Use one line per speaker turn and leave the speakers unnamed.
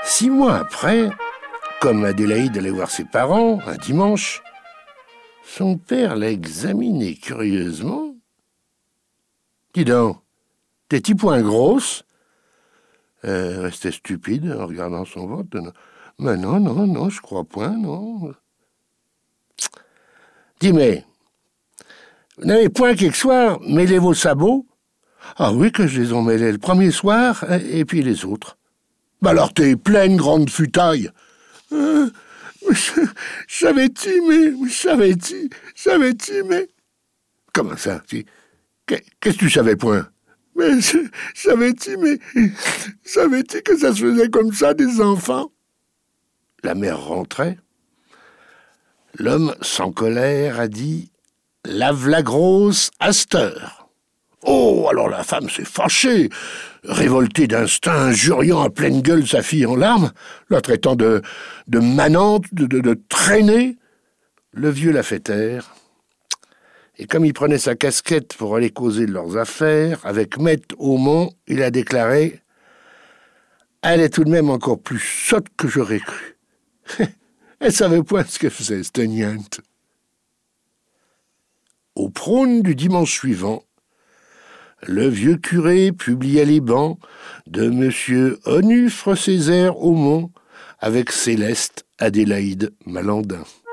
6 mois après, comme Adélaïde allait voir ses parents, un dimanche, son père l'a examiné curieusement. « Dis donc, tes petits poings grosses ?» Elle restait stupide en regardant son ventre. « Mais non, je crois point, non. »« Dis, mais, vous n'avez point quelque soir mêlé vos sabots ?»« Ah oui, que je les ai mêlés le premier soir, et puis les autres. »« Bah alors t'es pleine, grande futaille. »« Savais-tu, mais... » »« Comment ça? Qu'est-ce que tu savais point? »« Mais savais-tu que ça se faisait comme ça, des enfants? » La mère rentrait. L'homme, sans colère, a dit « Lave la grosse à cette heure. » Oh, alors la femme s'est fâchée, révoltée d'instinct, injuriant à pleine gueule sa fille en larmes, la traitant de manante, de traînée. Le vieux l'a fait taire. Et comme il prenait sa casquette pour aller causer de leurs affaires, avec Maître Aumont, il a déclaré « Elle est tout de même encore plus sotte que j'aurais cru. Elle savait point ce qu'elle faisait, cette niente. » Au prône du dimanche suivant, le vieux curé publia les bans de M. Onufre Césaire Aumont avec Céleste Adélaïde Malandin.